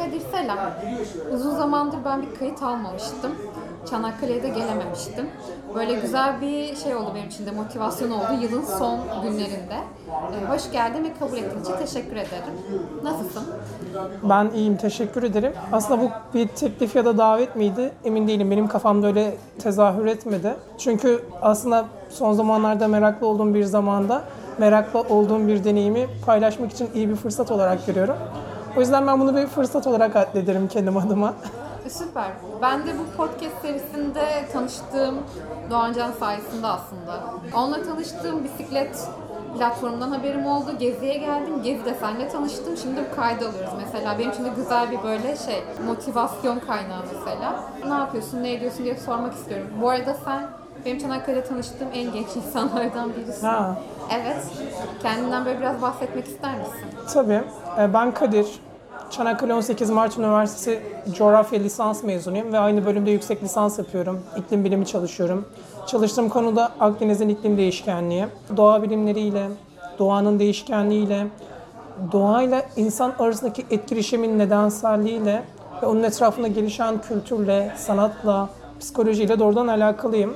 Kadir selam. Uzun zamandır ben bir kayıt almamıştım. Çanakkale'ye de gelememiştim. Böyle güzel bir şey oldu benim için de, motivasyon oldu yılın son günlerinde. Hoş geldin ve kabul ettiğin için teşekkür ederim. Nasılsın? Ben iyiyim, teşekkür ederim. Aslında bu bir teklif ya da davet miydi? Emin değilim. Benim kafamda öyle tezahür etmedi. Çünkü aslında son zamanlarda meraklı olduğum bir zamanda, meraklı olduğum bir deneyimi paylaşmak için iyi bir fırsat olarak görüyorum. O yüzden ben bunu bir fırsat olarak addederim kendim adıma. Süper. Ben de bu podcast serisinde tanıştığım Doğancan sayesinde aslında. Onunla tanıştığım bisiklet platformundan haberim oldu. Gezi'ye geldim. Gezi'de seninle tanıştım. Şimdi bu kaydı alıyoruz mesela. Benim için de güzel bir böyle motivasyon kaynağı mesela. Ne yapıyorsun, ne ediyorsun diye sormak istiyorum. Bu arada sen benim Çanakkale'de tanıştığım en genç insanlardan birisin. Ha. Evet. Kendinden böyle biraz bahsetmek ister misin? Tabii. Ben Kadir. Çanakkale 18 Mart Üniversitesi Coğrafya lisans mezunuyum ve aynı bölümde yüksek lisans yapıyorum. İklim bilimi çalışıyorum. Çalıştığım konuda Akdeniz'in iklim değişkenliği, doğa bilimleriyle, doğanın değişkenliğiyle, doğayla insan arasındaki etkileşimin nedenselliğiyle ve onun etrafında gelişen kültürle, sanatla, psikolojiyle doğrudan alakalıyım.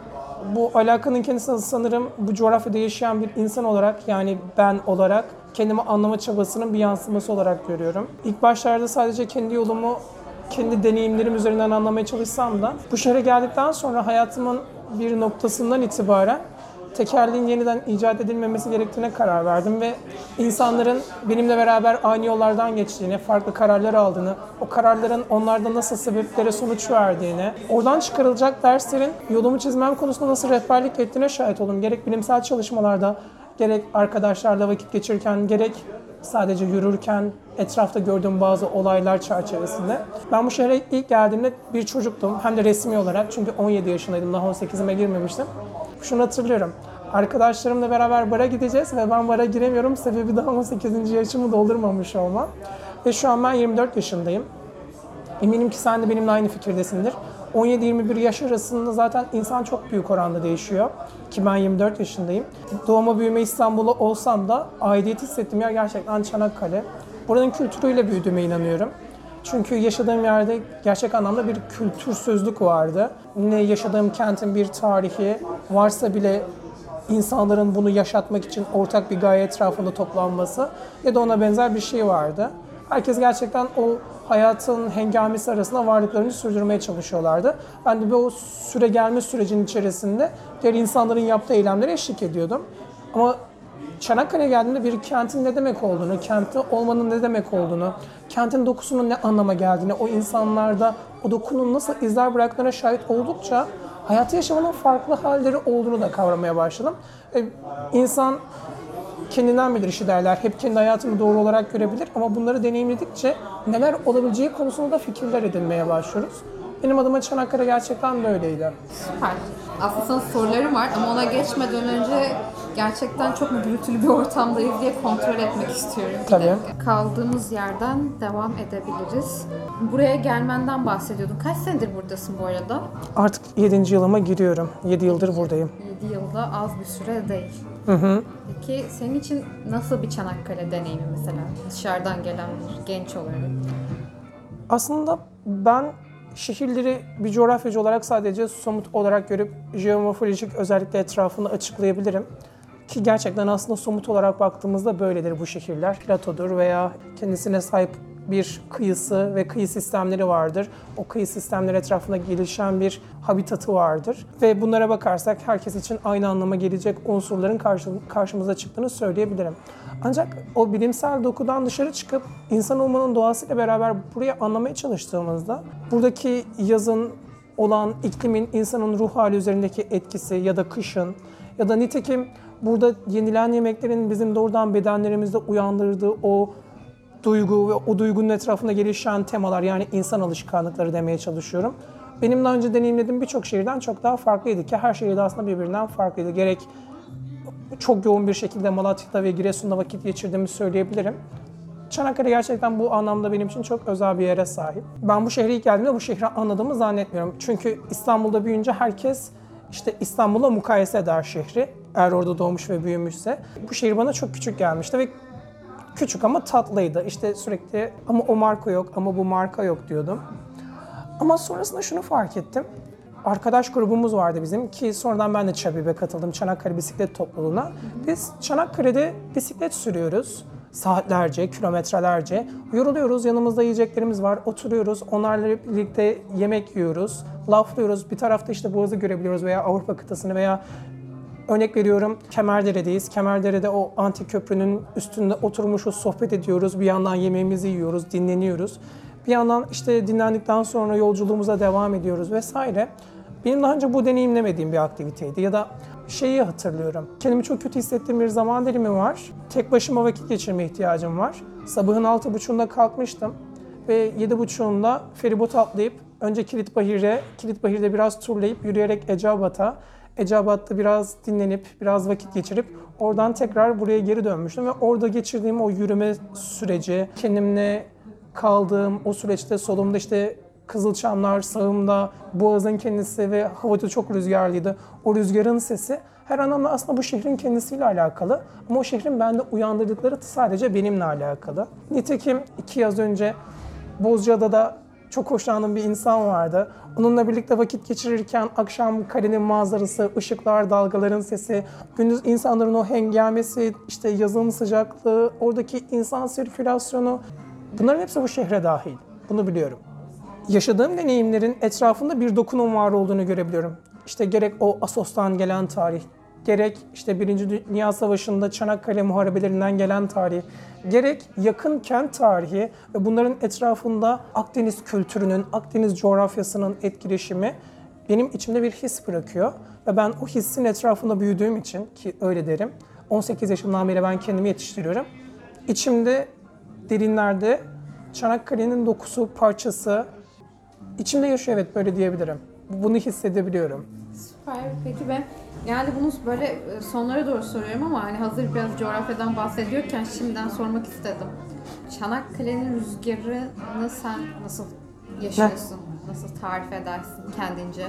Bu alakanın kendisini sanırım bu coğrafyada yaşayan bir insan olarak, yani ben olarak kendimi anlama çabasının bir yansıması olarak görüyorum. İlk başlarda sadece kendi yolumu, kendi deneyimlerim üzerinden anlamaya çalışsam da bu şehre geldikten sonra hayatımın bir noktasından itibaren tekerleğin yeniden icat edilmemesi gerektiğine karar verdim ve insanların benimle beraber aynı yollardan geçtiğini, farklı kararlar aldığını, o kararların onlarda nasıl sebeplere sonuç verdiğini, oradan çıkarılacak derslerin yolumu çizmem konusunda nasıl rehberlik ettiğine şahit oldum. Gerek bilimsel çalışmalarda, gerek arkadaşlarla vakit geçirirken, gerek sadece yürürken, etrafta gördüğüm bazı olaylar çerçevesinde. Ben bu şehre ilk geldiğimde bir çocuktum. Hem de resmi olarak, çünkü 17 yaşındaydım, daha 18'ime girmemiştim. Şunu hatırlıyorum. Arkadaşlarımla beraber bara gideceğiz ve ben bara giremiyorum. Sebebi daha 18. yaşımı doldurmamış olmam. Ve şu an ben 24 yaşındayım. Eminim ki sen de benimle aynı fikirdesindir. 17-21 yaş arasında zaten insan çok büyük oranda değişiyor. Ki ben 24 yaşındayım. Doğma büyüme İstanbul'u olsam da aidiyet hissettiğim yer gerçekten Çanakkale. Buranın kültürüyle büyüdüğüme inanıyorum. Çünkü yaşadığım yerde gerçek anlamda bir kültürsüzlük vardı. Ne yaşadığım kentin bir tarihi varsa bile insanların bunu yaşatmak için ortak bir gaye etrafında toplanması ya da ona benzer bir şey vardı. Herkes gerçekten o hayatın hengamesi arasında varlıklarını sürdürmeye çalışıyorlardı. Ben de o süre gelme sürecinin içerisinde diğer insanların yaptığı eylemlere eşlik ediyordum. Ama Çanakkale'ye geldiğimde bir kentin ne demek olduğunu, kentte olmanın ne demek olduğunu, kentin dokusunun ne anlama geldiğini, o insanlarda o dokunun nasıl izler bıraktığına şahit oldukça hayatı yaşamanın farklı halleri olduğunu da kavramaya başladım. İnsan kendinden bilir işi derler. Hep kendi hayatını doğru olarak görebilir ama bunları deneyimledikçe neler olabileceği konusunda da fikirler edinmeye başlıyoruz. Benim adıma Çanakkale gerçekten böyleydi. Süper. Aslında sana sorularım var ama ona geçmeden önce gerçekten çok mu gürültülü bir ortamdayız diye kontrol etmek istiyorum. Tabii. Kaldığımız yerden devam edebiliriz. Buraya gelmenden bahsediyordun. Kaç senedir buradasın bu arada? Artık 7. yılıma giriyorum. 7 yıldır buradayım. 7 yılda az bir süre değil. Hı. Peki senin için nasıl bir Çanakkale deneyimi mesela? Dışarıdan gelen bir genç olarak. Aslında ben şehirleri bir coğrafyacı olarak sadece somut olarak görüp jeomorfolojik özellikle etrafını açıklayabilirim. Ki gerçekten aslında somut olarak baktığımızda böyledir bu şehirler. Platodur veya kendisine sahip bir kıyısı ve kıyı sistemleri vardır. O kıyı sistemleri etrafında gelişen bir habitatı vardır. Ve bunlara bakarsak herkes için aynı anlama gelecek unsurların karşımıza çıktığını söyleyebilirim. Ancak o bilimsel dokudan dışarı çıkıp insan olmanın doğasıyla beraber burayı anlamaya çalıştığımızda buradaki yazın olan iklimin insanın ruh hali üzerindeki etkisi ya da kışın ya da nitekim burada yenilen yemeklerin bizim doğrudan bedenlerimizde uyandırdığı o duygu ve o duygunun etrafında gelişen temalar, yani insan alışkanlıkları demeye çalışıyorum. Benim daha önce deneyimlediğim birçok şehirden çok daha farklıydı ki her şehir de aslında birbirinden farklıydı. Gerek çok yoğun bir şekilde Malatya'da ve Giresun'da vakit geçirdiğimi söyleyebilirim. Çanakkale gerçekten bu anlamda benim için çok özel bir yere sahip. Ben bu şehre ilk geldiğimde bu şehri anladığımı zannetmiyorum. Çünkü İstanbul'da büyüyünce herkes işte İstanbul'la mukayese eder şehri. Eğer orada doğmuş ve büyümüşse. Bu şehir bana çok küçük gelmişti ve Küçük ama tatlıydı. İşte sürekli ama o marka yok, ama bu marka yok diyordum. Ama sonrasında şunu fark ettim. Arkadaş grubumuz vardı bizim ki sonradan ben de Çabib'e katıldım, Çanakkale Bisiklet Topluluğu'na. Biz Çanakkale'de bisiklet sürüyoruz. Saatlerce, kilometrelerce. Yoruluyoruz, yanımızda yiyeceklerimiz var, oturuyoruz, onlarla birlikte yemek yiyoruz, laflıyoruz. Bir tarafta işte Boğaz'ı görebiliyoruz veya Avrupa kıtasını veya örnek veriyorum Kemerdere'deyiz. Kemerdere'de o antik köprünün üstünde oturmuşuz, sohbet ediyoruz. Bir yandan yemeğimizi yiyoruz, dinleniyoruz. Bir yandan işte dinlendikten sonra yolculuğumuza devam ediyoruz vesaire. Benim daha önce bu deneyimlemediğim bir aktiviteydi. Ya da şeyi hatırlıyorum. Kendimi çok kötü hissettiğim bir zaman dilimi var. Tek başıma vakit geçirmeye ihtiyacım var. Sabahın 6.30'unda kalkmıştım. Ve 7.30'unda feribot atlayıp önce Kilitbahir'de biraz turlayıp yürüyerek Eceabat'ta biraz dinlenip, biraz vakit geçirip oradan tekrar buraya geri dönmüştüm. Ve orada geçirdiğim o yürüme süreci, kendimle kaldığım o süreçte solumda işte Kızılçamlar, sağımda Boğaz'ın kendisi ve havada çok rüzgarlıydı. O rüzgarın sesi her anlamda aslında bu şehrin kendisiyle alakalı. Ama o şehrin bende uyandırdıkları sadece benimle alakalı. Nitekim 2 yaz önce Bozcaada'da çok hoşlandığım bir insan vardı. Onunla birlikte vakit geçirirken akşam kalenin manzarası, ışıklar, dalgaların sesi, gündüz insanların o hengamesi, işte yazın sıcaklığı, oradaki insan sirkülasyonu, bunların hepsi bu şehre dahil. Bunu biliyorum. Yaşadığım deneyimlerin etrafında bir dokunun var olduğunu görebiliyorum. İşte gerek o Assos'tan gelen tarih, gerek işte Birinci Dünya Savaşı'nda Çanakkale muharebelerinden gelen tarih, gerek yakın kent tarihi ve bunların etrafında Akdeniz kültürünün, Akdeniz coğrafyasının etkileşimi benim içimde bir his bırakıyor. Ve ben o hissin etrafında büyüdüğüm için, ki öyle derim, 18 yaşımdan beri ben kendimi yetiştiriyorum. İçimde derinlerde Çanakkale'nin dokusu, parçası içimde yaşıyor, evet böyle diyebilirim. Bunu hissedebiliyorum. Süper. Peki ben genelde bunu böyle sonlara doğru soruyorum ama hani hazır biraz coğrafyadan bahsediyorken şimdiden sormak istedim. Çanakkale'nin rüzgarını sen nasıl yaşıyorsun? Nasıl tarif edersin kendince?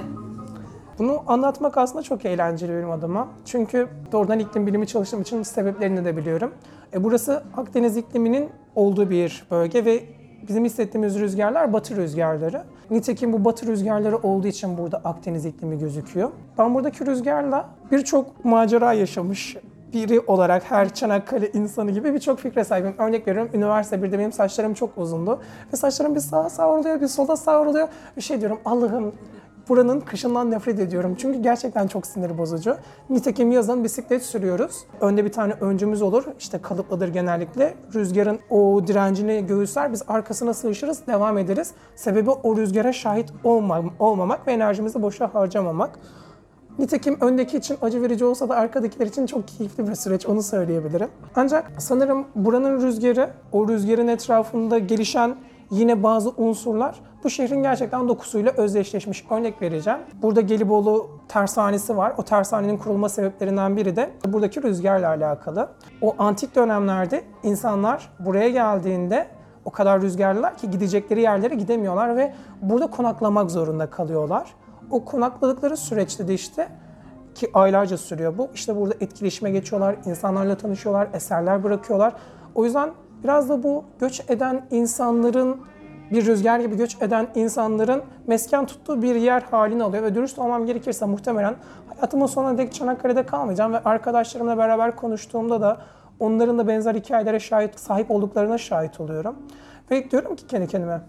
Bunu anlatmak aslında çok eğlenceli benim adıma. Çünkü doğrudan iklim bilimi çalıştığım için sebeplerini de biliyorum. Burası Akdeniz ikliminin olduğu bir bölge ve bizim hissettiğimiz rüzgarlar batı rüzgarları. Nitekim bu batı rüzgarları olduğu için burada Akdeniz iklimi gözüküyor. Ben buradaki rüzgarla birçok macera yaşamış biri olarak her Çanakkale insanı gibi birçok fikre sahibim. Örnek veriyorum, üniversite 1'de benim saçlarım çok uzundu. Ve saçlarım bir sağa savruluyor, bir sola savruluyor. Bir şey diyorum, Allah'ım buranın kışından nefret ediyorum. Çünkü gerçekten çok sinir bozucu. Nitekim yazın bisiklet sürüyoruz. Önde bir tane öncümüz olur. İşte kalıplıdır genellikle. Rüzgarın o direncini göğüsler. Biz arkasına sığışırız, devam ederiz. Sebebi o rüzgara şahit olmamak ve enerjimizi boşa harcamamak. Nitekim öndeki için acı verici olsa da arkadakiler için çok keyifli bir süreç, onu söyleyebilirim. Ancak sanırım buranın rüzgarı, o rüzgarın etrafında gelişen yine bazı unsurlar bu şehrin gerçekten dokusuyla özdeşleşmiş. Örnek vereceğim. Burada Gelibolu tersanesi var. O tersanenin kurulma sebeplerinden biri de buradaki rüzgarla alakalı. O antik dönemlerde insanlar buraya geldiğinde o kadar rüzgarlılar ki gidecekleri yerlere gidemiyorlar ve burada konaklamak zorunda kalıyorlar. O konakladıkları süreçte de işte, ki aylarca sürüyor bu, işte burada etkileşime geçiyorlar, insanlarla tanışıyorlar, eserler bırakıyorlar. O yüzden biraz da bu göç eden insanların, bir rüzgar gibi göç eden insanların mesken tuttuğu bir yer halini alıyor ve dürüst olmam gerekirse muhtemelen hayatımın sonuna dek Çanakkale'de kalmayacağım ve arkadaşlarımla beraber konuştuğumda da onların da benzer hikayelere sahip olduklarına şahit oluyorum. Ve diyorum ki kendi kendime,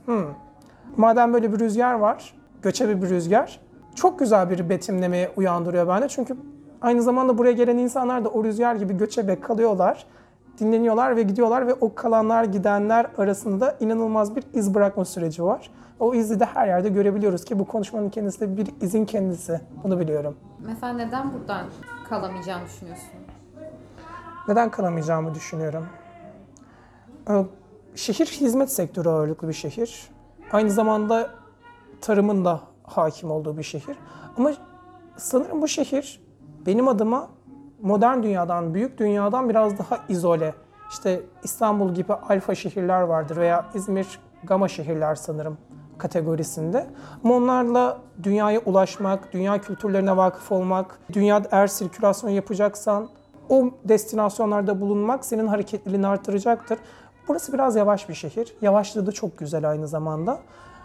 madem böyle bir rüzgar var, göçebe bir rüzgar, çok güzel bir betimlemeye uyandırıyor bende. Çünkü aynı zamanda buraya gelen insanlar da o rüzgar gibi göçebe kalıyorlar, dinleniyorlar ve gidiyorlar ve o kalanlar gidenler arasında inanılmaz bir iz bırakma süreci var. O izi de her yerde görebiliyoruz ki bu konuşmanın kendisi de bir izin kendisi. Bunu biliyorum. Mesela neden buradan kalamayacağını düşünüyorsun? Neden kalamayacağımı düşünüyorum? Şehir hizmet sektörü ağırlıklı bir şehir. Aynı zamanda tarımın da hakim olduğu bir şehir. Ama sanırım bu şehir benim adıma modern dünyadan, büyük dünyadan biraz daha izole. İşte İstanbul gibi alfa şehirler vardır veya İzmir gama şehirler sanırım kategorisinde. Ama onlarla dünyaya ulaşmak, dünya kültürlerine vakıf olmak, dünyada eğer sirkülasyon yapacaksan o destinasyonlarda bulunmak senin hareketliliğini artıracaktır. Burası biraz yavaş bir şehir. Yavaşlığı da çok güzel aynı zamanda.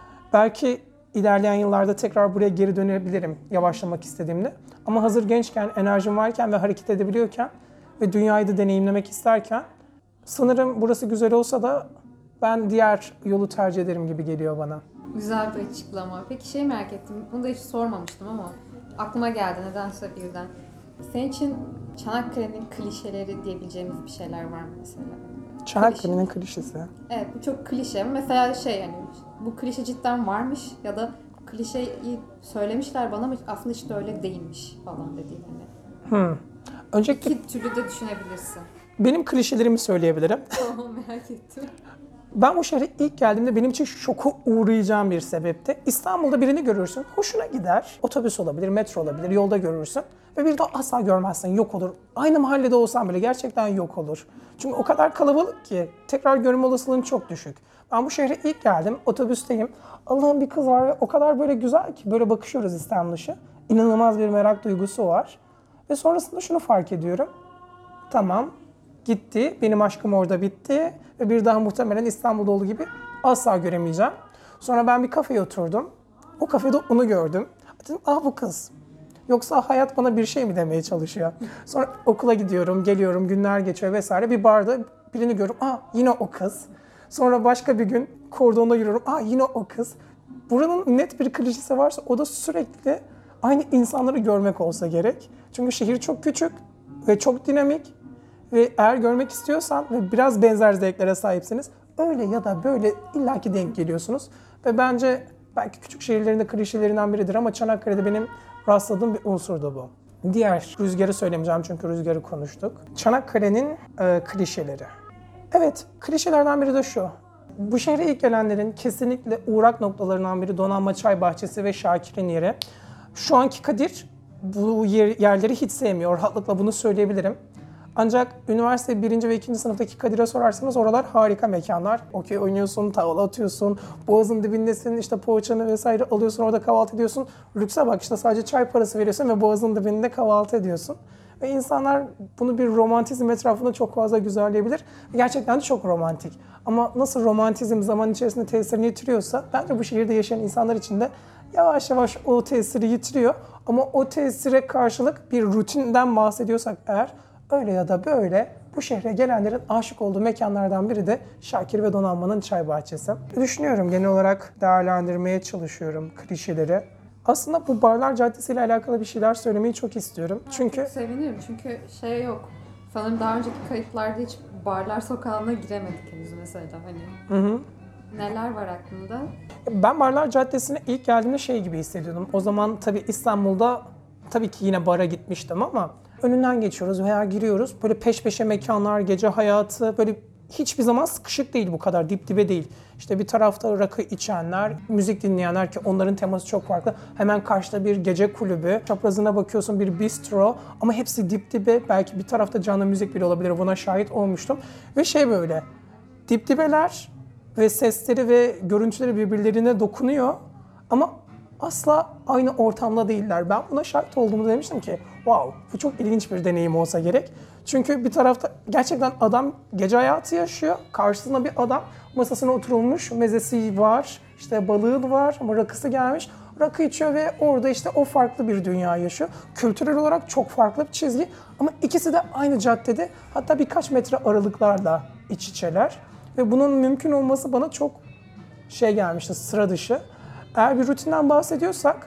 Belki ilerleyen yıllarda tekrar buraya geri dönebilirim yavaşlamak istediğimde. Ama hazır gençken, enerjim varken ve hareket edebiliyorken ve dünyayı da deneyimlemek isterken sanırım burası güzel olsa da ben diğer yolu tercih ederim gibi geliyor bana. Güzel bir açıklama. Peki şey merak ettim. Bunu da hiç sormamıştım ama aklıma geldi nedense birden. Senin için Çanakkale'nin klişeleri diyebileceğimiz bir şeyler var mı mesela? Çanakkale'nin klişesi. Evet, bu çok klişe. Mesela şey hani bu klişe cidden varmış ya da klişeyi söylemişler bana ama aslında hiç de öyle değilmiş falan dediğin hani. Öncelikle İki türlü de düşünebilirsin. benim klişelerimi söyleyebilirim. Tamam, merak ettim. Ben bu şehre ilk geldiğimde benim için şoku uğrayacağım bir sebepti. İstanbul'da birini görürsün, hoşuna gider. Otobüs olabilir, metro olabilir, yolda görürsün. Ve bir de asla görmezsen yok olur. Aynı mahallede olsan bile gerçekten yok olur. Çünkü o kadar kalabalık ki tekrar görme olasılığın çok düşük. Ben bu şehre ilk geldim, otobüsteyim. Allah'ım bir kız var ve o kadar böyle güzel ki böyle bakışıyoruz İslam dışı. İnanılmaz bir merak duygusu var. Ve sonrasında şunu fark ediyorum. Tamam, gitti. Benim aşkım orada bitti. Ve bir daha muhtemelen İstanbul'da olduğu gibi asla göremeyeceğim. Sonra ben bir kafeye oturdum. O kafede onu gördüm. Dedim, bu kız. Yoksa hayat bana bir şey mi demeye çalışıyor? Sonra okula gidiyorum, geliyorum, günler geçiyor vesaire. Bir barda birini görüyorum. Yine o kız. Sonra başka bir gün kordonda yürüyorum. Yine o kız. Buranın net bir klişesi varsa o da sürekli aynı insanları görmek olsa gerek. Çünkü şehir çok küçük ve çok dinamik. Ve eğer görmek istiyorsan ve biraz benzer zevklere sahipsiniz, öyle ya da böyle illaki denk geliyorsunuz. Ve bence belki küçük şehirlerin de klişelerinden biridir ama Çanakkale'de benim rastladığım bir unsur da bu. Diğer rüzgarı söylemeyeceğim çünkü rüzgarı konuştuk. Çanakkale'nin klişeleri. Evet, klişelerden biri de şu. Bu şehre ilk gelenlerin kesinlikle uğrak noktalarından biri Donanma Çay Bahçesi ve Şakir'in yeri. Şu anki Kadir bu yerleri hiç sevmiyor. Rahatlıkla bunu söyleyebilirim. Ancak üniversite 1. ve 2. sınıftaki Kadir'e sorarsanız oralar harika mekanlar. Okey oynuyorsun, tavla atıyorsun, boğazın dibindesin, işte poğaçanı vesaire alıyorsun, orada kahvaltı ediyorsun. Lükse bak işte sadece çay parası veriyorsun ve boğazın dibinde kahvaltı ediyorsun. Ve insanlar bunu bir romantizm etrafında çok fazla güzelleyebilir. Gerçekten de çok romantik. Ama nasıl romantizm zaman içerisinde tesirini yitiriyorsa bence bu şehirde yaşayan insanlar için de yavaş yavaş o tesiri yitiriyor. Ama o tesire karşılık bir rutinden bahsediyorsak eğer, öyle ya da böyle bu şehre gelenlerin aşık olduğu mekanlardan biri de Şakir ve Donanma'nın çay bahçesi. Düşünüyorum, genel olarak değerlendirmeye çalışıyorum klişeleri. Aslında bu Barlar Caddesi ile alakalı bir şeyler söylemeyi çok istiyorum. Çünkü Çok sevinirim çünkü şey yok. Sanırım daha önceki kayıtlarda hiç Barlar Sokağı'na giremedik henüz mesela hani. Neler var aklında? ben Barlar Caddesi'ne ilk geldiğimde şey gibi hissediyordum. O zaman tabii İstanbul'da tabii ki yine bara gitmiştim ama önünden geçiyoruz veya giriyoruz. Böyle peş peşe mekanlar, gece hayatı, böyle hiçbir zaman sıkışık değil, bu kadar dip dibe değil. İşte bir tarafta rakı içenler, müzik dinleyenler ki onların teması çok farklı. Hemen karşıda bir gece kulübü, çaprazına bakıyorsun bir bistro ama hepsi dip dibe. Belki bir tarafta canlı müzik bile olabilir, buna şahit olmuştum. Ve şey böyle, dip dibeler ve sesleri ve görüntüleri birbirlerine dokunuyor ama asla aynı ortamda değiller. Ben buna şahit olduğumu demiştim ki wow, bu çok ilginç bir deneyim olsa gerek. Çünkü bir tarafta gerçekten adam gece hayatı yaşıyor. Karşısında bir adam masasına oturulmuş, mezesi var, işte balığı var ama rakısı gelmiş. Rakı içiyor ve orada işte o farklı bir dünya yaşıyor. Kültürel olarak çok farklı bir çizgi ama ikisi de aynı caddede, hatta birkaç metre aralıklarla iç içeler. Ve bunun mümkün olması bana çok şey gelmişti, sıra dışı. Eğer bir rutinden bahsediyorsak,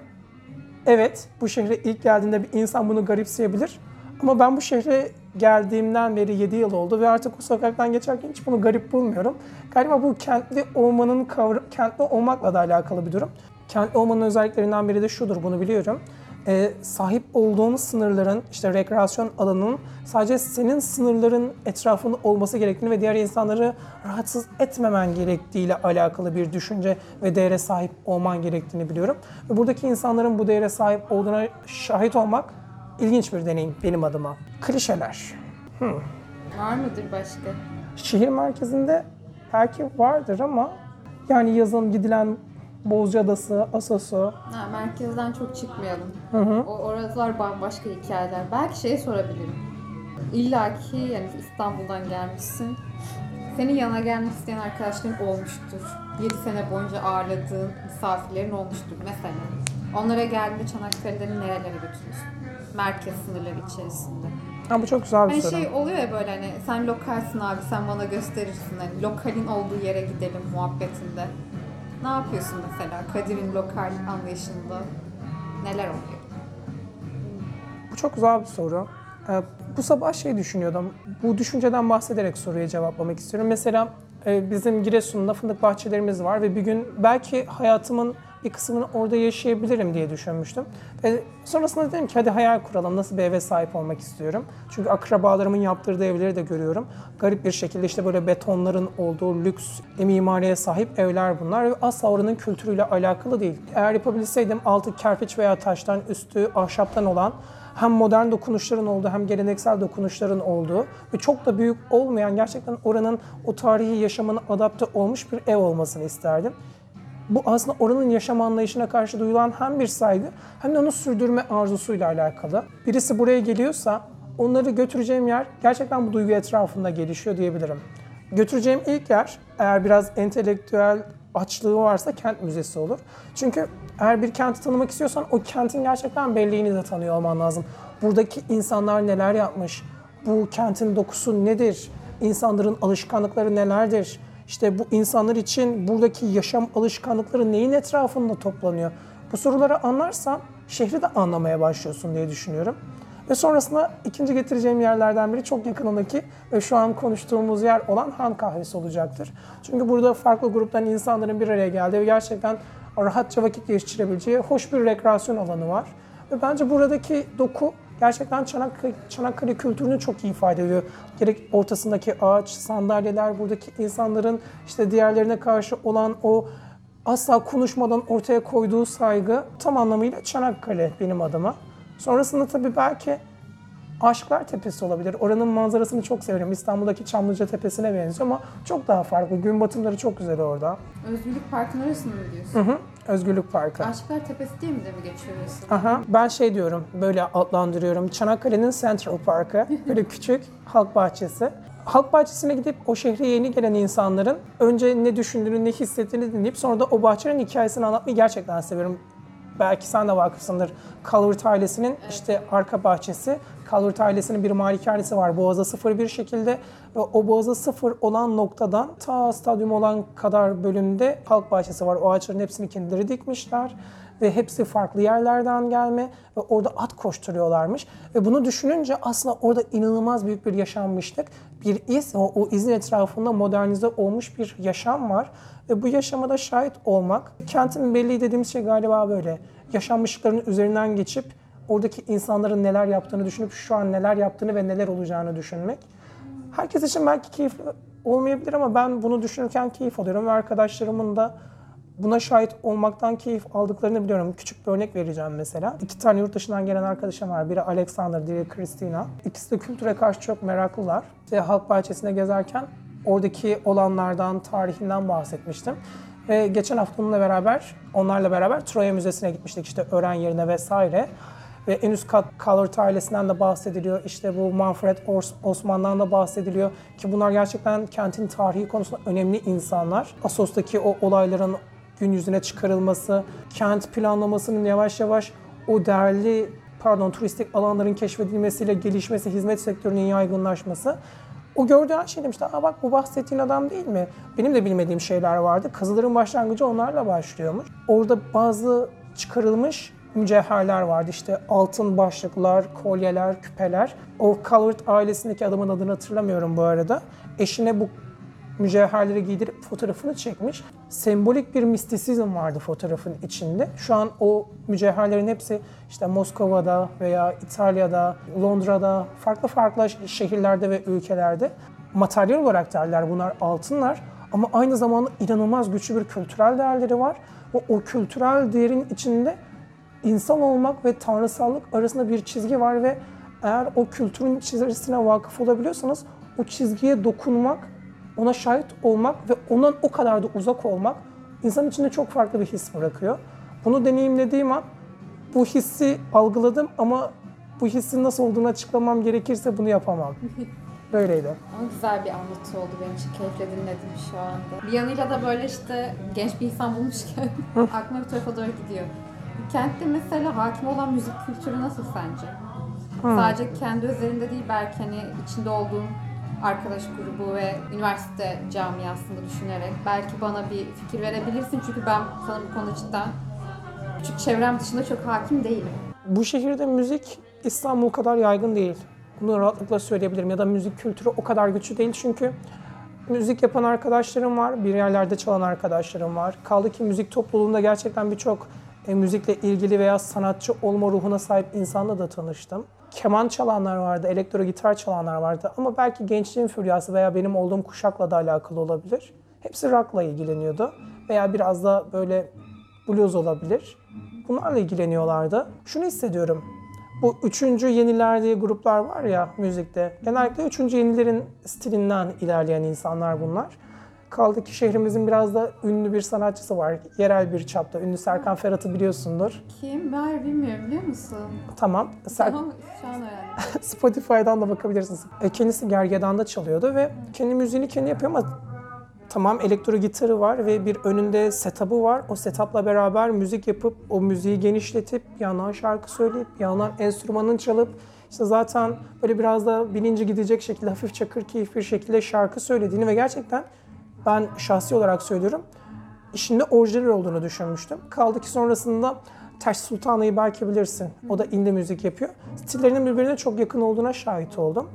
evet bu şehre ilk geldiğinde bir insan bunu garipseyebilir. Ama ben bu şehre geldiğimden beri 7 yıl oldu ve artık o sokaktan geçerken hiç bunu garip bulmuyorum. Galiba bu kentli olmakla da alakalı bir durum. Kentli olmanın özelliklerinden biri de şudur, bunu biliyorum. Sahip olduğun sınırların, işte rekreasyon alanının sadece senin sınırların etrafında olması gerektiğini ve diğer insanları rahatsız etmemen gerektiğiyle alakalı bir düşünce ve değere sahip olman gerektiğini biliyorum. Ve buradaki insanların bu değere sahip olduğuna şahit olmak ilginç bir deneyim benim adıma. Klişeler. Var mıdır başka? Şehir merkezinde belki vardır ama yani yazın gidilen Bozcaadası, Asası. Merkezden çok çıkmayalım. Oralar bambaşka hikayeler. Belki şey sorabilirim. İlla ki yani İstanbul'dan gelmişsin. Senin yanına gelmek isteyen arkadaşların olmuştur. 7 sene boyunca ağırladığın misafirlerin olmuştur mesela. Onlara geldiğinde Çanakkale'den nerelere götürüyorsun? Merkez sınırları içerisinde. Ha, bu çok güzel bir Hani soru. şey oluyor ya böyle hani sen lokalsin abi sen bana gösterirsin. Hani lokalin olduğu yere gidelim muhabbetinde. Ne yapıyorsun mesela Kadir'in lokal anlayışında? Neler oluyor? Bu çok güzel bir soru. Bu sabah düşünüyordum. Bu düşünceden bahsederek soruya cevaplamak istiyorum. Mesela bizim Giresun'da fındık bahçelerimiz var ve bir gün belki hayatımın bir kısmını orada yaşayabilirim diye düşünmüştüm. Ve sonrasında dedim ki hadi hayal kuralım, nasıl bir eve sahip olmak istiyorum. Çünkü akrabalarımın yaptırdığı evleri de görüyorum. Garip bir şekilde işte böyle betonların olduğu lüks mimariye sahip evler bunlar ve asla oranın kültürüyle alakalı değil. Eğer yapabilseydim altı kerpiç veya taştan, üstü ahşaptan olan hem modern dokunuşların olduğu hem geleneksel dokunuşların olduğu ve çok da büyük olmayan gerçekten oranın o tarihi yaşamına adapte olmuş bir ev olmasını isterdim. Bu aslında oranın yaşam anlayışına karşı duyulan hem bir saygı hem de onu sürdürme arzusuyla alakalı. Birisi buraya geliyorsa onları götüreceğim yer gerçekten bu duygu etrafında gelişiyor diyebilirim. Götüreceğim ilk yer eğer biraz entelektüel açlığı varsa kent müzesi olur. Çünkü eğer bir kenti tanımak istiyorsan o kentin gerçekten belleğini de tanıyor olman lazım. Buradaki insanlar neler yapmış, bu kentin dokusu nedir, insanların alışkanlıkları nelerdir, İşte bu insanlar için buradaki yaşam alışkanlıkları neyin etrafında toplanıyor? Bu soruları anlarsan şehri de anlamaya başlıyorsun diye düşünüyorum. Ve sonrasında ikinci getireceğim yerlerden biri çok yakınındaki ve şu an konuştuğumuz yer olan Han Kahvesi olacaktır. Çünkü burada farklı gruptan insanların bir araya geldiği ve gerçekten rahatça vakit geçirebileceği hoş bir rekreasyon alanı var. Ve bence buradaki doku gerçekten Çanakkale kültürünü çok iyi ifade ediyor. Gerek ortasındaki ağaç, sandalyeler, buradaki insanların işte diğerlerine karşı olan o asla konuşmadan ortaya koyduğu saygı tam anlamıyla Çanakkale benim adıma. Sonrasında tabii belki Aşıklar Tepesi olabilir. Oranın manzarasını çok severim. İstanbul'daki Çamlıca Tepesi'ne benziyor ama çok daha farklı. Gün batımları çok güzel orada. Özgürlük Parkı'nın arasında mı diyorsun? Özgürlük Parkı. Aşıklar Tepesi diye mi geçiyor orası? Aha, ben diyorum, böyle adlandırıyorum. Çanakkale'nin Central Parkı, böyle küçük halk bahçesi. Halk bahçesine gidip o şehre yeni gelen insanların önce ne düşündüğünü, ne hissettiğini dinleyip sonra da o bahçenin hikayesini anlatmayı gerçekten seviyorum. Belki sen de vakıfsındır. Calvert ailesinin işte arka bahçesi. Calvert ailesinin bir malikanesi var. Boğaz'a 0 şekilde. Ve o Boğaz'a 0 olan noktadan ta stadyum olan kadar bölümde halk bahçesi var. O ağaçların hepsini kendileri dikmişler. Ve hepsi farklı yerlerden gelme. Ve orada at koşturuyorlarmış. Ve bunu düşününce aslında orada inanılmaz büyük bir yaşanmışlık. Bir iz, o izin etrafında modernize olmuş bir yaşam var. Ve bu yaşama da şahit olmak, kentin belleği dediğimiz şey galiba böyle. Yaşanmışlıkların üzerinden geçip oradaki insanların neler yaptığını düşünüp şu an neler yaptığını ve neler olacağını düşünmek. Herkes için belki keyifli olmayabilir ama ben bunu düşünürken keyif alıyorum ve arkadaşlarımın da buna şahit olmaktan keyif aldıklarını biliyorum. Küçük bir örnek vereceğim mesela. 2 tane yurt dışından gelen arkadaşım var. Biri Alexander, diğeri Christina. İkisi de kültüre karşı çok meraklılar. İşte halk bahçesinde gezerken oradaki olanlardan, tarihinden bahsetmiştim. Ve geçen hafta onlarla beraber Troya Müzesi'ne gitmiştik. İşte öğren yerine vesaire. Ve en üst kat Calvert ailesinden de bahsediliyor. İşte bu Manfred Osman'dan da bahsediliyor. Ki bunlar gerçekten kentin tarihi konusunda önemli insanlar. Assos'taki o olayların gün yüzüne çıkarılması, kent planlamasının yavaş yavaş o değerli, turistik alanların keşfedilmesiyle gelişmesi, hizmet sektörünün yaygınlaşması. O gördüğü her şey demişti, bak bu bahsettiğin adam değil mi? Benim de bilmediğim şeyler vardı. Kazıların başlangıcı onlarla başlıyormuş. Orada bazı çıkarılmış mücevherler vardı. İşte altın başlıklar, kolyeler, küpeler. O Calvert ailesindeki adamın adını hatırlamıyorum bu arada. Eşine bu mücevherleri giydirip fotoğrafını çekmiş. Sembolik bir mistisizm vardı fotoğrafın içinde. Şu an o mücevherlerin hepsi işte Moskova'da veya İtalya'da, Londra'da, farklı şehirlerde ve ülkelerde materyal olarak derler bunlar altınlar. Ama aynı zamanda inanılmaz güçlü bir kültürel değerleri var. O kültürel değerin içinde insan olmak ve tanrısallık arasında bir çizgi var ve eğer o kültürün çizgisine vakıf olabiliyorsanız o çizgiye dokunmak, ona şahit olmak ve ondan o kadar da uzak olmak insan içinde çok farklı bir his bırakıyor. Bunu deneyimlediğim an bu hissi algıladım ama Bu hissin nasıl olduğunu açıklamam gerekirse bunu yapamam. Böyleydi. Ama güzel bir anlatı oldu benim için. Keyifle dinledim şu anda. Bir yanıyla da böyle işte genç bir insan bulmuşken aklıma bir tarafa doğru gidiyor. Kentte mesela hakim olan müzik kültürü nasıl sence? Sadece kendi üzerinde değil, belki hani içinde olduğun arkadaş grubu ve üniversite camiasında düşünerek belki bana bir fikir verebilirsin. Çünkü ben sana bu konuda cidden küçük çevrem dışında çok hakim değilim. Bu şehirde müzik İstanbul kadar yaygın değil. Bunu rahatlıkla söyleyebilirim. Ya da müzik kültürü o kadar güçlü değil çünkü müzik yapan arkadaşlarım var, bir yerlerde çalan arkadaşlarım var. Kaldı ki müzik topluluğunda gerçekten birçok müzikle ilgili veya sanatçı olma ruhuna sahip insanla da tanıştım. Keman çalanlar vardı, elektro gitar çalanlar vardı ama belki gençliğin füryası veya benim olduğum kuşakla da alakalı olabilir. Hepsi rock'la ilgileniyordu veya biraz da böyle blues olabilir. Bunlarla ilgileniyorlardı. Şunu hissediyorum. Bu üçüncü yeniler diye gruplar var ya müzikte. Genellikle üçüncü yenilerin stilinden ilerleyen insanlar bunlar. Kaldı ki şehrimizin biraz da ünlü bir sanatçısı var. Yerel bir çapta. Ünlü Serkan Ferhat'ı biliyorsundur. Kim? Ben bilmiyorum, biliyor musun? Tamam. Tamam, şu an öğrendim. Spotify'dan da bakabilirsiniz. Kendisi gergedan'da çalıyordu ve kendi müziğini kendi yapıyor ama tamam elektro gitarı var ve bir önünde setup'ı var. O setup'la beraber müzik yapıp, o müziği genişletip, bir yandan şarkı söyleyip, bir yandan enstrümanını çalıp, işte zaten böyle biraz da bilinci gidecek şekilde hafif çakır keyif bir şekilde şarkı söylediğini ve gerçekten ben şahsi olarak söylüyorum, işinde orijinal olduğunu düşünmüştüm. Kaldı ki sonrasında Taş Sultan'ı belki bilirsin. O da indie müzik yapıyor. Stillerinin birbirine çok yakın olduğuna şahit oldum.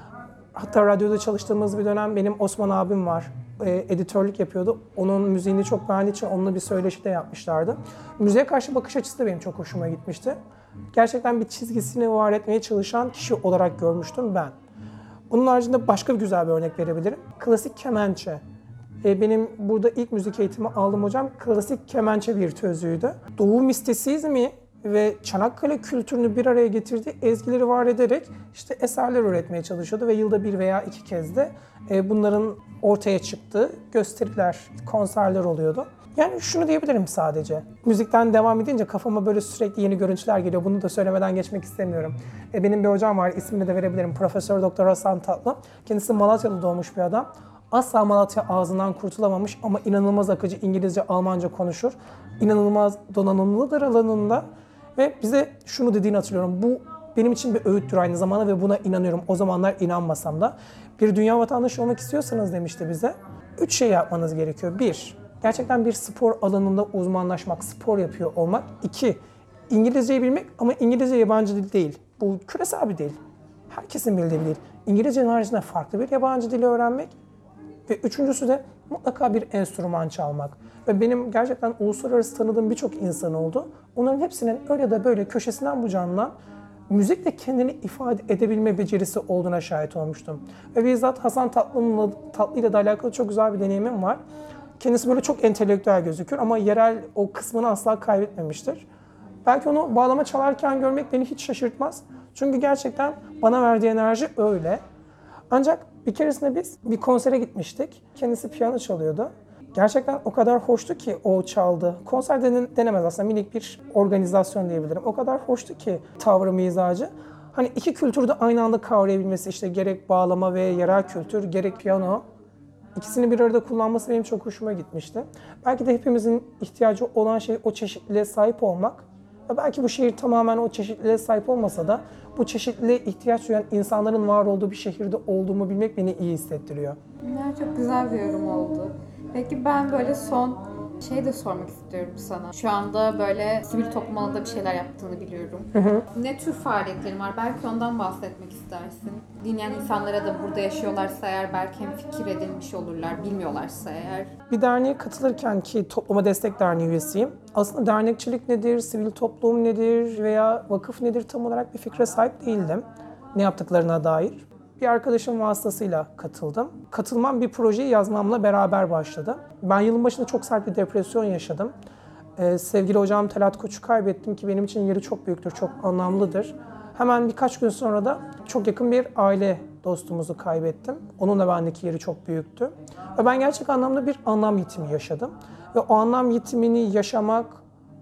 Hatta radyoda çalıştığımız bir dönem benim Osman abim var. Editörlük yapıyordu. Onun müziğini çok beğendiği için onunla bir söyleşi de yapmışlardı. Müziğe karşı bakış açısı da benim çok hoşuma gitmişti. Gerçekten bir çizgisini var etmeye çalışan kişi olarak görmüştüm ben. Onun haricinde başka bir güzel bir örnek verebilirim. Klasik kemençe. Benim burada ilk müzik eğitimi aldığım hocam klasik kemençe virtüözüydü. Doğu mistisizmi ve Çanakkale kültürünü bir araya getirdiği ezgileri var ederek işte eserler üretmeye çalışıyordu ve yılda bir veya iki kez de bunların ortaya çıktığı gösteriler, konserler oluyordu. Yani şunu diyebilirim sadece. Müzikten devam edince kafama böyle sürekli yeni görüntüler geliyor. Bunu da söylemeden geçmek istemiyorum. Benim bir hocam var, ismini de verebilirim. Profesör Doktor Hasan Tatlı. Kendisi Malatyalı doğmuş bir adam. Asla Malatya ağzından kurtulamamış ama inanılmaz akıcı İngilizce, Almanca konuşur. İnanılmaz donanımlıdır alanında ve bize şunu dediğini hatırlıyorum. Bu benim için bir öğüttür aynı zamanda ve buna inanıyorum. O zamanlar inanmasam da. Bir dünya vatandaşı olmak istiyorsanız demişti bize. 3 şey yapmanız gerekiyor. 1. Gerçekten bir spor alanında uzmanlaşmak, spor yapıyor olmak. 2. İngilizceyi bilmek ama İngilizce yabancı dil değil. Bu küresel bir dil. Herkesin bildiği bir dil. İngilizcenin haricinde farklı bir yabancı dili öğrenmek. Ve üçüncüsü de mutlaka bir enstrüman çalmak. Ve benim gerçekten uluslararası tanıdığım birçok insan oldu. Onların hepsinin öyle ya da böyle köşesinden bucağından müzikle kendini ifade edebilme becerisi olduğuna şahit olmuştum. Ve bizzat Hasan Tatlı ile de alakalı çok güzel bir deneyimim var. Kendisi böyle çok entelektüel gözükür ama yerel o kısmını asla kaybetmemiştir. Belki onu bağlama çalarken görmek beni hiç şaşırtmaz. Çünkü gerçekten bana verdiği enerji öyle. Ancak bir keresinde biz bir konsere gitmiştik. Kendisi piyano çalıyordu. Gerçekten o kadar hoştu ki o çaldı. Konser denemez aslında, minik bir organizasyon diyebilirim. O kadar hoştu ki tavrı, mizacı. Hani iki kültürü de aynı anda kavrayabilmesi, işte gerek bağlama ve yerel kültür, gerek piyano. İkisini bir arada kullanması benim çok hoşuma gitmişti. Belki de hepimizin ihtiyacı olan şey o çeşitliliğe sahip olmak. Ve belki bu şehir tamamen o çeşitliliğe sahip olmasa da bu çeşitliliğe ihtiyaç duyan insanların var olduğu bir şehirde olduğumu bilmek beni iyi hissettiriyor. Ya, çok güzel bir yorum oldu. Peki ben böyle son şey de sormak istiyorum sana. Şu anda böyle sivil toplum alanında bir şeyler yaptığını biliyorum. Ne tür faaliyetlerin var? Belki ondan bahsetmek istersin. Dinleyen insanlara da burada yaşıyorlarsa eğer belki hem fikir edinmiş olurlar, bilmiyorlarsa eğer. Bir derneğe katılırken ki Topluma Destek Derneği üyesiyim. Aslında dernekçilik nedir, sivil toplum nedir veya vakıf nedir tam olarak bir fikre sahip değildim. Ne yaptıklarına dair. Bir arkadaşım vasıtasıyla katıldım. Katılmam bir projeyi yazmamla beraber başladı. Ben yılın başında çok sert bir depresyon yaşadım. Sevgili hocam Talat Koç'u kaybettim ki benim için yeri çok büyüktür, çok anlamlıdır. Hemen birkaç gün sonra da çok yakın bir aile dostumuzu kaybettim. Onun da bendeki yeri çok büyüktü. Ve ben gerçek anlamda bir anlam yitimi yaşadım. Ve o anlam yitimini yaşamak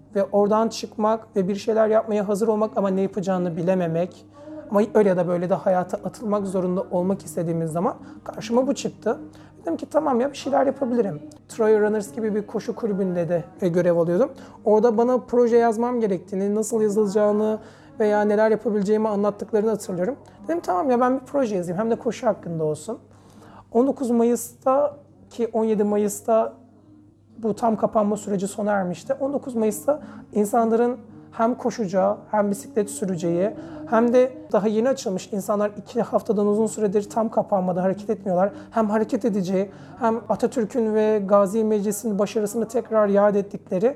ve oradan çıkmak ve bir şeyler yapmaya hazır olmak ama ne yapacağını bilememek. Ama öyle ya da böyle de hayata atılmak zorunda olmak istediğimiz zaman karşıma bu çıktı. Dedim ki tamam ya bir şeyler yapabilirim. Troy Runners gibi bir koşu kulübünde de görev alıyordum. Orada bana proje yazmam gerektiğini, nasıl yazılacağını veya neler yapabileceğimi anlattıklarını hatırlıyorum. Dedim tamam ya ben bir proje yazayım hem de koşu hakkında olsun. 19 Mayıs'ta ki 17 Mayıs'ta bu tam kapanma süreci sona ermişti. 19 Mayıs'ta insanların hem koşacağı, hem bisiklet süreceği, hem de daha yeni açılmış insanlar 2 haftadan uzun süredir tam kapanmada hareket etmiyorlar. Hem hareket edeceği, hem Atatürk'ün ve Gazi Meclisi'nin başarısını tekrar yad ettikleri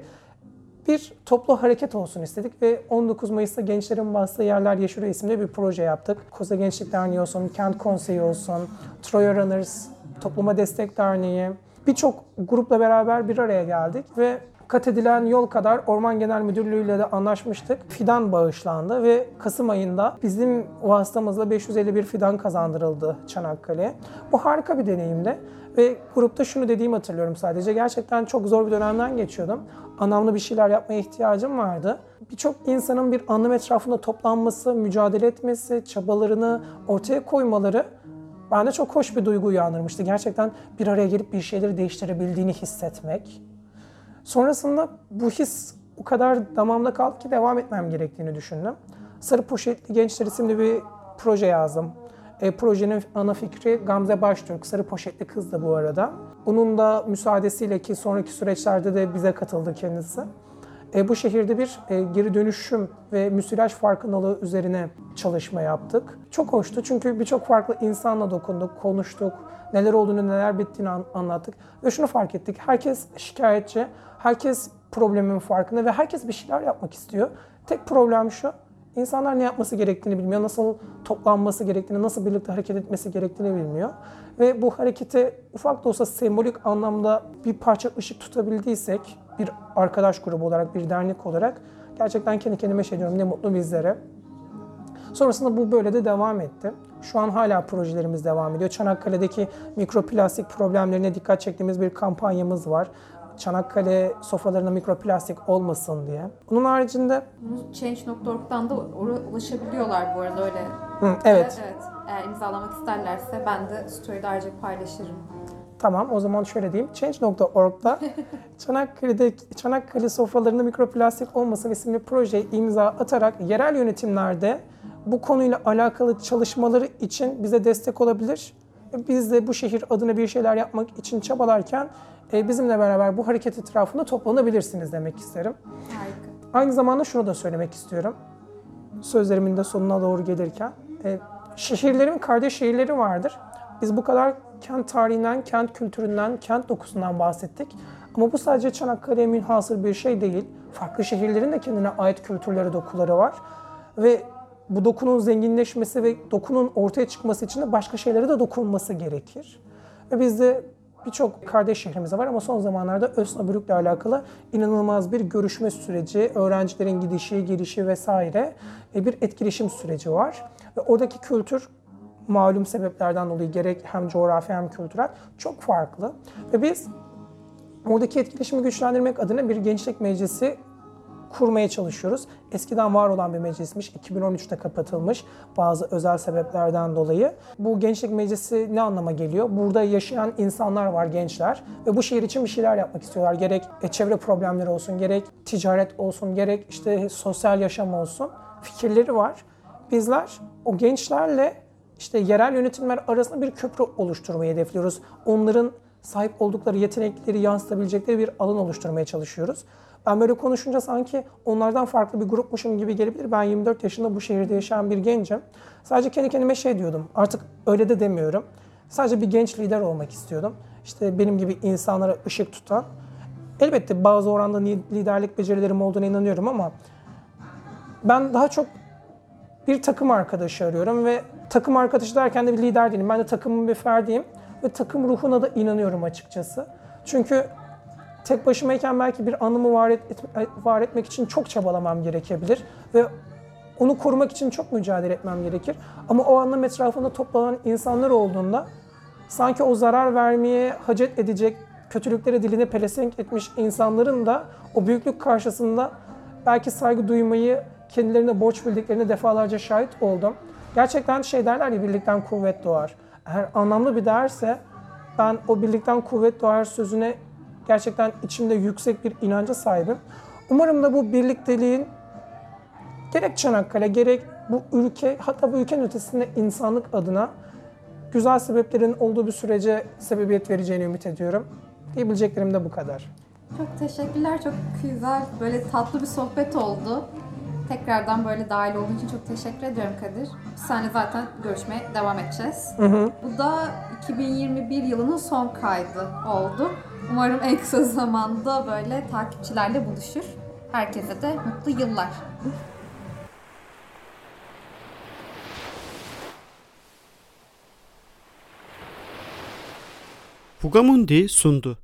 bir toplu hareket olsun istedik ve 19 Mayıs'ta Gençlerin Bastığı Yerler Yeşeriyor isimli bir proje yaptık. Koza Gençlik Derneği olsun, Kent Konseyi olsun, Troy Runners, Topluma Destek Derneği, birçok grupla beraber bir araya geldik ve kat edilen yol kadar Orman Genel Müdürlüğü ile de anlaşmıştık. Fidan bağışlandı ve Kasım ayında bizim vasıtamızla 551 fidan kazandırıldı Çanakkale'ye. Bu harika bir deneyimdi ve grupta şunu dediğimi hatırlıyorum sadece. Gerçekten çok zor bir dönemden geçiyordum. Anlamlı bir şeyler yapmaya ihtiyacım vardı. Birçok insanın bir anlam etrafında toplanması, mücadele etmesi, çabalarını ortaya koymaları bende çok hoş bir duygu uyandırmıştı. Gerçekten bir araya gelip bir şeyleri değiştirebildiğini hissetmek. Sonrasında bu his o kadar damağımda kaldı ki devam etmem gerektiğini düşündüm. Sarı Poşetli Gençler isimli bir proje yazdım. Projenin ana fikri Gamze Baştürk, Sarı Poşetli kız da bu arada. Onun da müsaadesiyle ki sonraki süreçlerde de bize katıldı kendisi. Bu şehirde bir geri dönüşüm ve müsilaj farkındalığı üzerine çalışma yaptık. Çok hoştu çünkü birçok farklı insanla dokunduk, konuştuk, neler olduğunu, neler bittiğini anlattık. Ve şunu fark ettik, herkes şikayetçi, herkes problemin farkında ve herkes bir şeyler yapmak istiyor. Tek problem şu, insanlar ne yapması gerektiğini bilmiyor, nasıl toplanması gerektiğini, nasıl birlikte hareket etmesi gerektiğini bilmiyor. Ve bu harekete ufak da olsa sembolik anlamda bir parça ışık tutabildiysek, bir arkadaş grubu olarak, bir dernek olarak gerçekten kendi kendime şey diyorum, ne mutlu bizlere. Sonrasında bu böyle de devam etti. Şu an hala projelerimiz devam ediyor. Çanakkale'deki mikroplastik problemlerine dikkat çektiğimiz bir kampanyamız var. Çanakkale sofralarına mikroplastik olmasın diye. Bunun haricinde... Change.org'dan da ulaşabiliyorlar bu arada öyle. Evet. Evet. Eğer imzalamak isterlerse ben de story'de ayrıca paylaşırım. Tamam, o zaman şöyle diyeyim. Change.org'da Çanakkale sofralarında mikroplastik olmasın isimli projeye imza atarak yerel yönetimlerde bu konuyla alakalı çalışmaları için bize destek olabilir. Biz de bu şehir adına bir şeyler yapmak için çabalarken bizimle beraber bu hareket etrafında toplanabilirsiniz demek isterim. Harika. Aynı zamanda şunu da söylemek istiyorum. Sözlerimin de sonuna doğru gelirken. Şehirlerin kardeş şehirleri vardır. Biz bu kadar kent tarihinden, kent kültüründen, kent dokusundan bahsettik. Ama bu sadece Çanakkale'ye münhasır bir şey değil. Farklı şehirlerin de kendine ait kültürleri, dokuları var. Ve bu dokunun zenginleşmesi ve dokunun ortaya çıkması için de başka şeylere de dokunması gerekir. Ve bizde birçok kardeş şehrimiz var ama son zamanlarda Osnabrück'le alakalı inanılmaz bir görüşme süreci, öğrencilerin gidişi, gelişi vesaire bir etkileşim süreci var. Ve oradaki kültür malum sebeplerden dolayı gerek hem coğrafi hem kültürel çok farklı. Ve biz oradaki etkileşimi güçlendirmek adına bir gençlik meclisi kurmaya çalışıyoruz. Eskiden var olan bir meclismiş, 2013'te kapatılmış bazı özel sebeplerden dolayı. Bu gençlik meclisi ne anlama geliyor? Burada yaşayan insanlar var, gençler ve bu şehir için bir şeyler yapmak istiyorlar. Gerek çevre problemleri olsun, gerek ticaret olsun, gerek işte sosyal yaşam olsun fikirleri var. Bizler o gençlerle işte yerel yönetimler arasında bir köprü oluşturmayı hedefliyoruz. Onların sahip oldukları yetenekleri yansıtabilecekleri bir alan oluşturmaya çalışıyoruz. Ben böyle konuşunca sanki onlardan farklı bir grupmuşum gibi gelebilir. Ben 24 yaşında bu şehirde yaşayan bir gencim. Sadece kendi kendime şey diyordum, artık öyle de demiyorum. Sadece bir genç lider olmak istiyordum. İşte benim gibi insanlara ışık tutan. Elbette bazı oranda liderlik becerilerim olduğuna inanıyorum ama ben daha çok bir takım arkadaşı arıyorum ve takım arkadaşı derken de bir lider değilim. Ben de takımın bir ferdiyim ve takım ruhuna da inanıyorum açıkçası. Çünkü tek başımayken belki bir anımı var etmek için çok çabalamam gerekebilir ve onu korumak için çok mücadele etmem gerekir. Ama o anlam etrafında toplanan insanlar olduğunda sanki o zarar vermeye hacet edecek, kötülüklere dilini pelesenk etmiş insanların da o büyüklük karşısında belki saygı duymayı kendilerine borç bildiklerine defalarca şahit oldum. Gerçekten şey derler ya, birlikten kuvvet doğar. Eğer anlamlı bir değerse ben o birlikten kuvvet doğar sözüne gerçekten içimde yüksek bir inanca sahibim. Umarım da bu birlikteliğin gerek Çanakkale gerek bu ülke, hatta bu ülkenin ötesinde insanlık adına güzel sebeplerin olduğu bir sürece sebebiyet vereceğini ümit ediyorum. Diyebileceklerim de bu kadar. Çok teşekkürler. Çok güzel, böyle tatlı bir sohbet oldu. Tekrardan böyle dahil olduğun için çok teşekkür ediyorum Kadir. Biz seninle zaten görüşmeye devam edeceğiz. Bu da 2021 yılının son kaydı oldu. Umarım en kısa zamanda böyle takipçilerle buluşur. Herkese de mutlu yıllar. Fugamundi sundu.